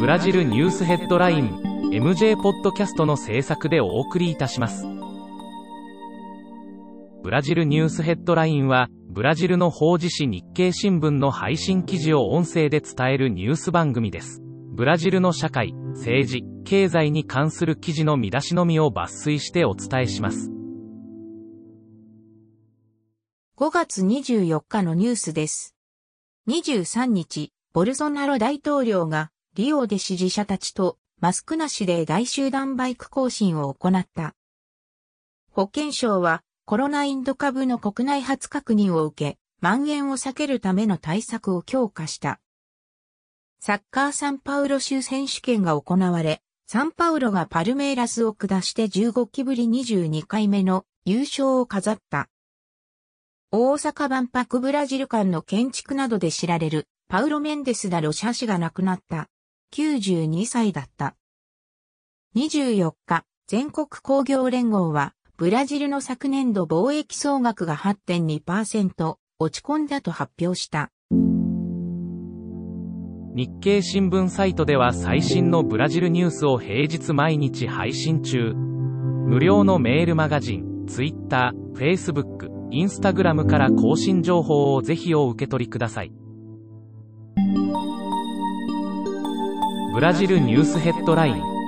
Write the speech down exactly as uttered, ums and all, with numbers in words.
ブラジルニュースヘッドライン エムジェー ポッドキャストの制作でお送りいたします。ブラジルニュースヘッドラインは、ブラジルの法事紙日経新聞の配信記事を音声で伝えるニュース番組です。ブラジルの社会、政治、経済に関する記事の見出しのみを抜粋してお伝えします。 ごがつにじゅうよっかのニュースです。にじゅうさんにち、ボルソナロ大統領がリオで支持者たちとマスクなしで大集団バイク行進を行った。保健省はコロナインド株の国内初確認を受け、蔓延を避けるための対策を強化した。サッカーサンパウロ州選手権が行われ、サンパウロがパルメイラスを下してじゅうごきぶりにじゅうにかいめの優勝を飾った。大阪万博ブラジル館の建築などで知られるパウロ・メンデス・ダ・ロシア氏が亡くなった。きゅうじゅうにさいだった。にじゅうよっか、全国工業連合は、ブラジルの昨年度貿易総額が はちてんにパーセント 落ち込んだと発表した。 日経新聞サイトでは最新のブラジルニュースを平日毎日配信中。無料のメールマガジン、Twitter、Facebook、Instagram から更新情報をぜひお受け取りください。ブラジルニュースヘッドライン